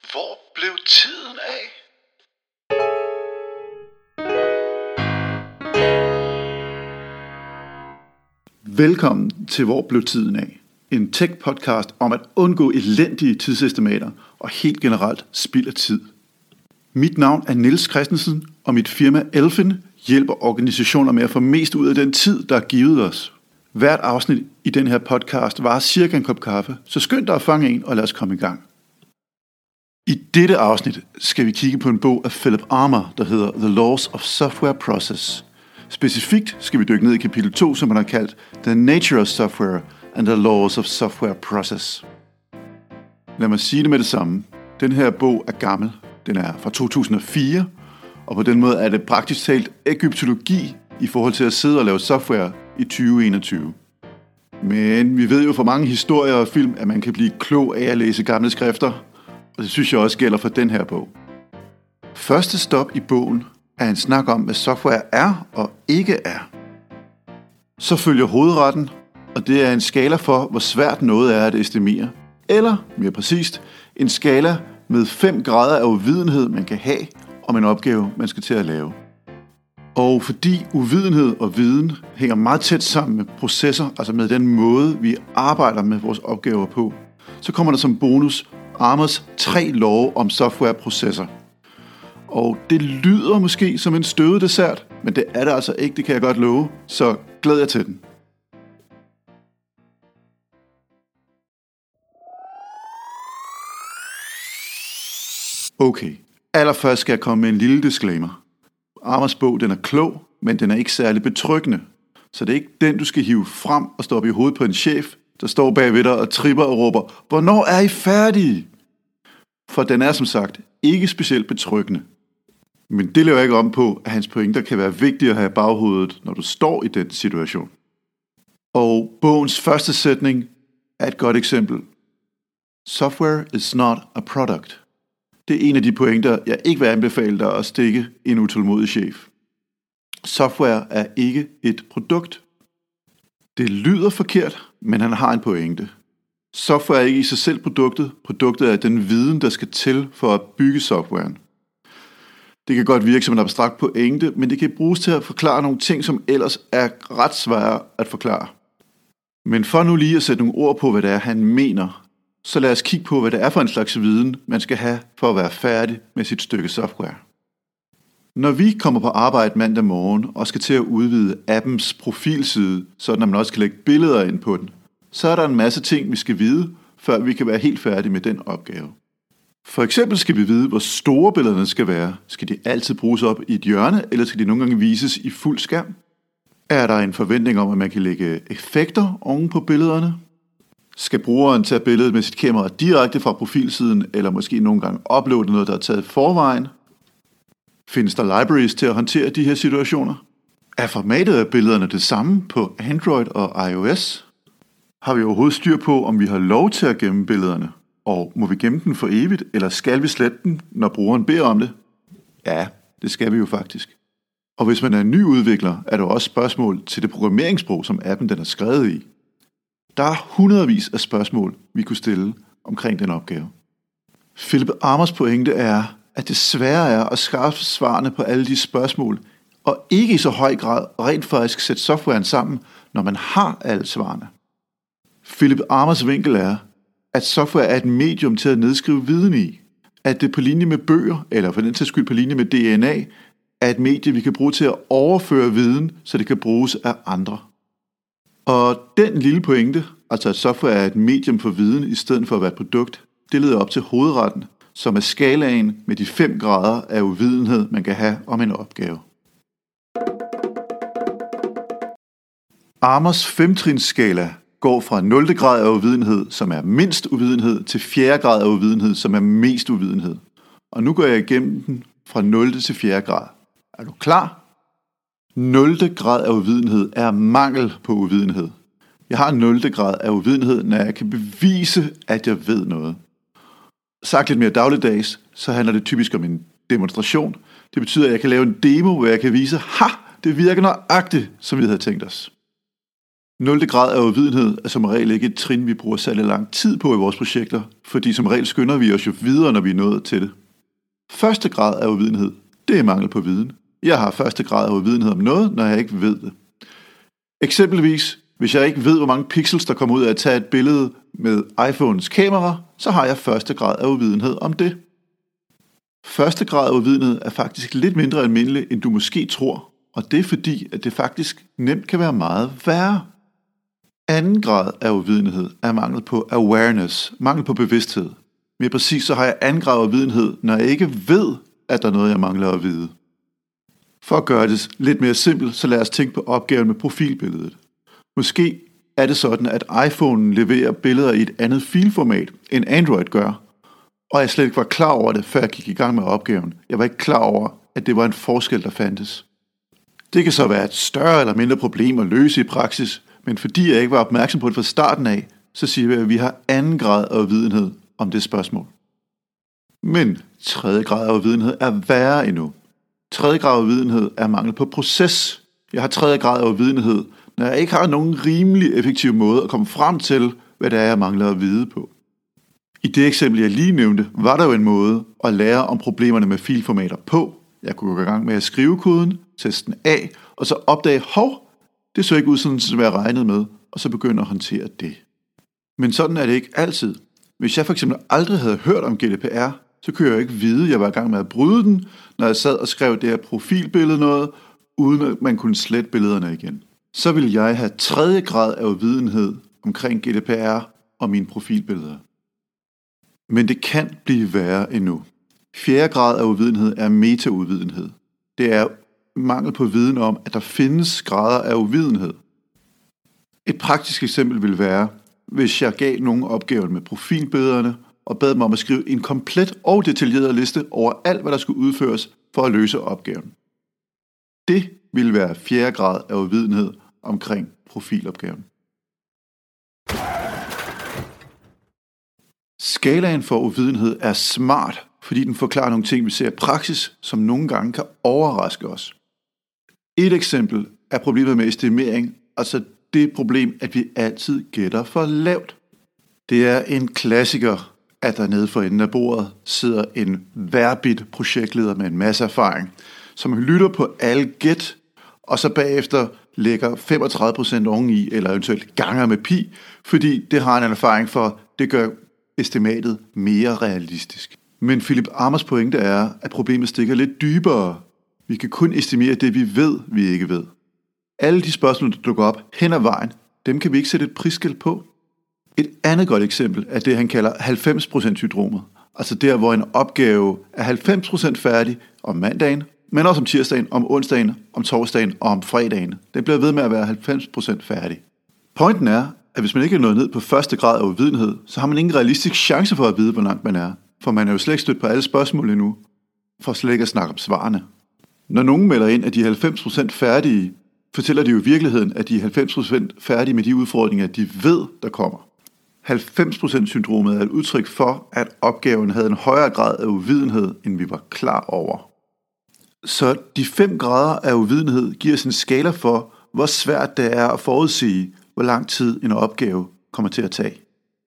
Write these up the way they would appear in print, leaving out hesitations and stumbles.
Hvor blev tiden af? Velkommen til Hvor blev tiden af? En tech-podcast om at undgå elendige tidsestimater og helt generelt spild af tid. Mit navn er Niels Christensen, og mit firma Elfin hjælper organisationer med at få mest ud af den tid, der er givet os. Hvert afsnit i den her podcast varer cirka en kop kaffe, så skynd dig at fange en og lad os komme i gang. I dette afsnit skal vi kigge på en bog af Philip Armour, der hedder The Laws of Software Process. Specifikt skal vi dykke ned i kapitel 2, som man har kaldt The Nature of Software and the Laws of Software Process. Lad mig sige det med det samme. Den her bog er gammel. Den er fra 2004, og på den måde er det praktisk talt egyptologi i forhold til at sidde og lave software i 2021. Men vi ved jo fra mange historier og film, at man kan blive klog af at læse gamle skrifter, og det synes jeg også gælder for den her bog. Første stop i bogen er en snak om, hvad software er og ikke er. Så følger hovedretten, og det er en skala for, hvor svært noget er at estimere. Eller, mere præcist, en skala med 5 grader af uvidenhed, man kan have om en opgave, man skal til at lave. Og fordi uvidenhed og viden hænger meget tæt sammen med processer, altså med den måde, vi arbejder med vores opgaver på, så kommer der som bonus Armours 3 love om softwareprocesser. Og det lyder måske som en støvet dessert, men det er det altså ikke, det kan jeg godt love, så glæd jer til den. Okay, allerførst skal jeg komme med en lille disclaimer. Armours bog, den er klog, men den er ikke særlig betryggende. Så det er ikke den, du skal hive frem og stå op i hovedet på en chef, der står bagved dig og tripper og råber, hvornår er I færdige? For den er som sagt ikke specielt betryggende. Men det laver ikke om på, at hans pointer kan være vigtige at have i baghovedet, når du står i den situation. Og bogens første sætning er et godt eksempel. Software is not a product. Det er en af de pointer, jeg ikke vil anbefale dig at stikke en utålmodig chef. Software er ikke et produkt. Det lyder forkert, men han har en pointe. Software er ikke i sig selv produktet. Produktet er den viden, der skal til for at bygge softwaren. Det kan godt virke som en abstrakt pointe, men det kan bruges til at forklare nogle ting, som ellers er ret svære at forklare. Men for nu lige at sætte nogle ord på, hvad det er, han mener, så lad os kigge på, hvad det er for en slags viden, man skal have for at være færdig med sit stykke software. Når vi kommer på arbejde mandag morgen og skal til at udvide appens profilside, så man også kan lægge billeder ind på den, så er der en masse ting, vi skal vide, før vi kan være helt færdige med den opgave. For eksempel skal vi vide, hvor store billederne skal være. Skal de altid bruges op i et hjørne, eller skal de nogle gange vises i fuld skærm? Er der en forventning om, at man kan lægge effekter oven på billederne? Skal brugeren tage billedet med sit kamera direkte fra profilsiden, eller måske nogle gange uploade noget, der er taget forvejen? Findes der libraries til at håndtere de her situationer? Er formatet af billederne det samme på Android og iOS? Har vi overhovedet styr på, om vi har lov til at gemme billederne? Og må vi gemme den for evigt, eller skal vi slette den, når brugeren beder om det? Ja, det skal vi jo faktisk. Og hvis man er en ny udvikler, er der også spørgsmål til det programmeringssprog, som appen den er skrevet i. Der er hundredvis af spørgsmål, vi kunne stille omkring den opgave. Philip Armours pointe er, at det svære er at skaffe svarene på alle de spørgsmål, og ikke i så høj grad rent faktisk sætte softwaren sammen, når man har alle svarene. Philip Armours vinkel er, at software er et medium til at nedskrive viden i, at det på linje med bøger, eller for den sags skyld på linje med DNA, er et medie, vi kan bruge til at overføre viden, så det kan bruges af andre. Og den lille pointe, altså at software er et medium for viden i stedet for at være et produkt, det leder op til hovedretten, som er skalaen med de 5 grader af uvidenhed, man kan have om en opgave. Armours 5-trinsskala går fra 0. grad af uvidenhed, som er mindst uvidenhed, til 4. grad af uvidenhed, som er mest uvidenhed. Og nu går jeg igennem den fra 0. til 4. grad. Er du klar? 0. grad af uvidenhed er mangel på uvidenhed. Jeg har 0. grad af uvidenhed, når jeg kan bevise, at jeg ved noget. Sagt lidt mere dagligdags, så handler det typisk om en demonstration. Det betyder, at jeg kan lave en demo, hvor jeg kan vise, det virker nøjagtigt, som vi havde tænkt os. 0. grad af uvidenhed er som regel ikke et trin, vi bruger særlig lang tid på i vores projekter, fordi som regel skynder vi os jo videre, når vi er nået til det. 1. grad af uvidenhed, det er mangel på viden. Jeg har 1. grad af uvidenhed om noget, når jeg ikke ved det. Eksempelvis, hvis jeg ikke ved, hvor mange pixels der kommer ud af at tage et billede med iPhones kamera, så har jeg 1. grad af uvidenhed om det. 1. grad af uvidenhed er faktisk lidt mindre almindelig, end du måske tror, og det er fordi, at det faktisk nemt kan være meget værre. 2. grad af uvidenhed er mangel på awareness, mangel på bevidsthed. Mere præcis så har jeg 2. grad af uvidenhed, når jeg ikke ved, at der er noget, jeg mangler at vide. For at gøre det lidt mere simpelt, så lad os tænke på opgaven med profilbilledet. Måske er det sådan, at iPhone leverer billeder i et andet filformat, end Android gør, og jeg slet ikke var klar over det, før jeg gik i gang med opgaven. Jeg var ikke klar over, at det var en forskel, der fandtes. Det kan så være et større eller mindre problem at løse i praksis, men fordi jeg ikke var opmærksom på det fra starten af, så siger vi, at vi har 2. grad af uvidenhed om det spørgsmål. Men 3. grad af uvidenhed er værre endnu. 3. grad af uvidenhed er mangel på proces. Jeg har 3. grad af uvidenhed, når jeg ikke har nogen rimelig effektiv måde at komme frem til, hvad det er, jeg mangler at vide på. I det eksempel, jeg lige nævnte, var der jo en måde at lære om problemerne med filformater på. Jeg kunne gå i gang med at skrive koden, teste den af, og så opdage, det så ikke ud sådan, som jeg regnede med, og så begynde at håndtere det. Men sådan er det ikke altid. Hvis jeg for eksempel aldrig havde hørt om GDPR, så kunne jeg jo ikke vide, at jeg var i gang med at bryde den, når jeg sad og skrev det her profilbillede noget, uden at man kunne slette billederne igen. Så ville jeg have 3. grad af uvidenhed omkring GDPR og mine profilbilleder. Men det kan blive værre endnu. 4. grad af uvidenhed er metauvidenhed. Det er mangel på viden om, at der findes grader af uvidenhed. Et praktisk eksempel vil være, hvis jeg gav nogen opgaven med profilbillederne og bad dem om at skrive en komplet og detaljeret liste over alt, hvad der skulle udføres for at løse opgaven. Det ville være 4. grad af uvidenhed omkring profilopgaven. Skalaen for uvidenhed er smart, fordi den forklarer nogle ting, vi ser i praksis, som nogle gange kan overraske os. Et eksempel er problemet med estimering, altså det problem, at vi altid gætter for lavt. Det er en klassiker, at der nede for enden af bordet sidder en værbit projektleder med en masse erfaring, som lytter på alle gæt, og så bagefter lægger 35% oveni, eller eventuelt ganger med pi, fordi det har en erfaring for, det gør estimatet mere realistisk. Men Philip Amers pointe er, at problemet stikker lidt dybere. Vi kan kun estimere det, vi ved, vi ikke ved. Alle de spørgsmål, der dukker op hen ad vejen, dem kan vi ikke sætte et prisskilt på. Et andet godt eksempel er det, han kalder 90%-syndromet. Altså der, hvor en opgave er 90% færdig om mandagen, men også om tirsdagen, om onsdagen, om torsdagen og om fredagen. Den bliver ved med at være 90% færdig. Pointen er, at hvis man ikke er nået ned på 1. grad af uvidenhed, så har man ingen realistisk chance for at vide, hvor langt man er. For man er jo slet ikke stødt på alle spørgsmål endnu, for slet ikke at snakke om svarene. Når nogen melder ind, at de er 90% færdige, fortæller de jo i virkeligheden, at de er 90% færdige med de udfordringer, de ved, der kommer. 90%-syndromet er et udtryk for, at opgaven havde en højere grad af uvidenhed, end vi var klar over. Så de 5 grader af uvidenhed giver os en skala for, hvor svært det er at forudsige, hvor lang tid en opgave kommer til at tage.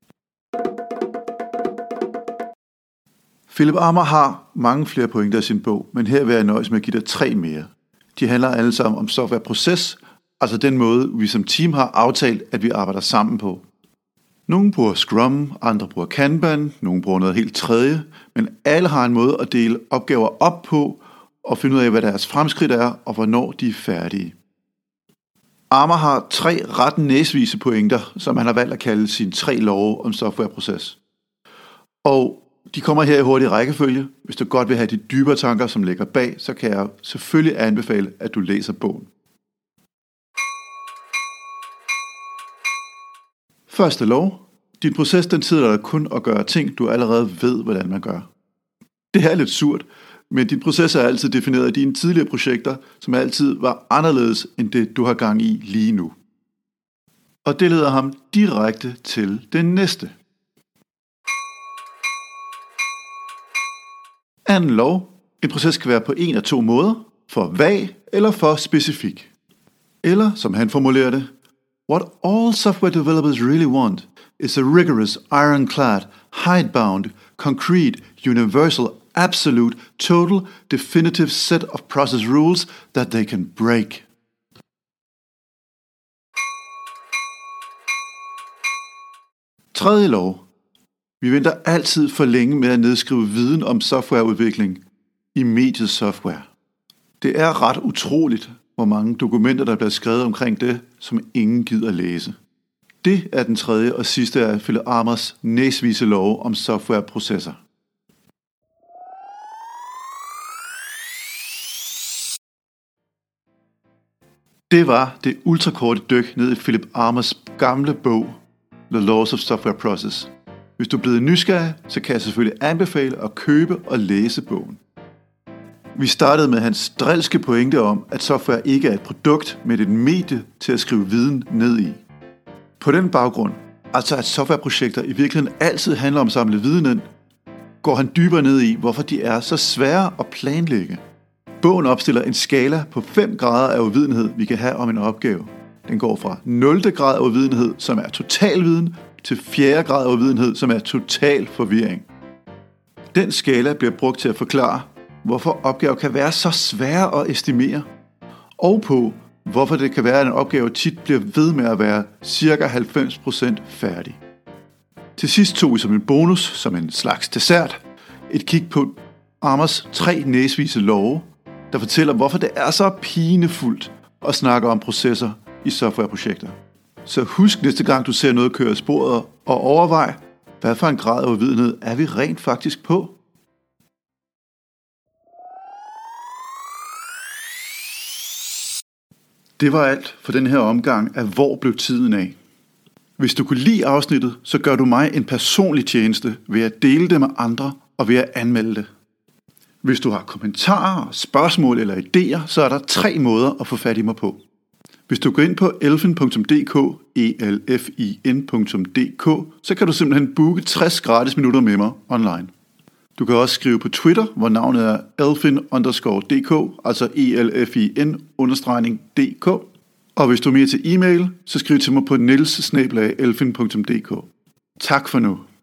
Philip Amer har mange flere pointer i sin bog, men her vil jeg nøjes med at give dig 3 mere. De handler alle sammen om softwareproces, altså den måde, vi som team har aftalt, at vi arbejder sammen på. Nogle bruger Scrum, andre bruger Kanban, nogle bruger noget helt tredje, men alle har en måde at dele opgaver op på og finde ud af, hvad deres fremskridt er og hvornår de er færdige. Amer har 3 ret næsvise pointer, som han har valgt at kalde sine 3 love om softwareproces. Og de kommer her i hurtig rækkefølge. Hvis du godt vil have de dybere tanker, som ligger bag, så kan jeg selvfølgelig anbefale, at du læser bogen. Første lov. Din proces den tillader dig kun at gøre ting, du allerede ved, hvordan man gør. Det er lidt surt, men din proces er altid defineret af dine tidligere projekter, som altid var anderledes end det, du har gang i lige nu. Og det leder ham direkte til det næste. Anden lov. En proces kan være på en af 2 måder, for vag eller for specifik. Eller, som han formulerer det, What all software developers really want is a rigorous, ironclad, hidebound, concrete, universal, absolute, total, definitive set of process rules that they can break. Tredje lov. Vi venter altid for længe med at nedskrive viden om softwareudvikling i mediet software. Det er ret utroligt, hvor mange dokumenter, der bliver skrevet omkring det, som ingen gider læse. Det er den tredje og sidste af Philip Amers næsvise love om softwareprocesser. Det var det ultrakorte dyk ned i Philip Amers gamle bog, The Laws of Software Process. Hvis du er blevet nysgerrig, så kan jeg selvfølgelig anbefale at købe og læse bogen. Vi startede med hans drilske pointe om, at software ikke er et produkt, men et medie til at skrive viden ned i. På den baggrund, altså at softwareprojekter i virkeligheden altid handler om at samle viden ind, går han dybere ned i, hvorfor de er så svære at planlægge. Bogen opstiller en skala på 5 grader af uvidenhed, vi kan have om en opgave. Den går fra 0. grad af uvidenhed, som er total viden, til 4. grad af uvidenhed, som er total forvirring. Den skala bliver brugt til at forklare, hvorfor opgaver kan være så svære at estimere, og på, hvorfor det kan være, at en opgave tit bliver ved med at være ca. 90% færdig. Til sidst tog vi som en bonus, som en slags dessert, et kig på Amers 3 næsvise love, der fortæller, hvorfor det er så pinefuldt at snakke om processer i softwareprojekter. Så husk næste gang du ser noget køre af sporet, og overvej, hvad for en grad af uvidenhed er vi rent faktisk på. Det var alt for den her omgang af Hvor blev tiden af? Hvis du kunne lide afsnittet, så gør du mig en personlig tjeneste ved at dele det med andre og ved at anmelde det. Hvis du har kommentarer, spørgsmål eller idéer, så er der 3 måder at få fat i mig på. Hvis du går ind på elfin.dk, elfin.dk, så kan du simpelthen booke 60 gratis minutter med mig online. Du kan også skrive på Twitter, hvor navnet er elfin_dk, altså elfin_dk. Og hvis du er mere til e-mail, så skriv til mig på niels@elfin.dk. Tak for nu.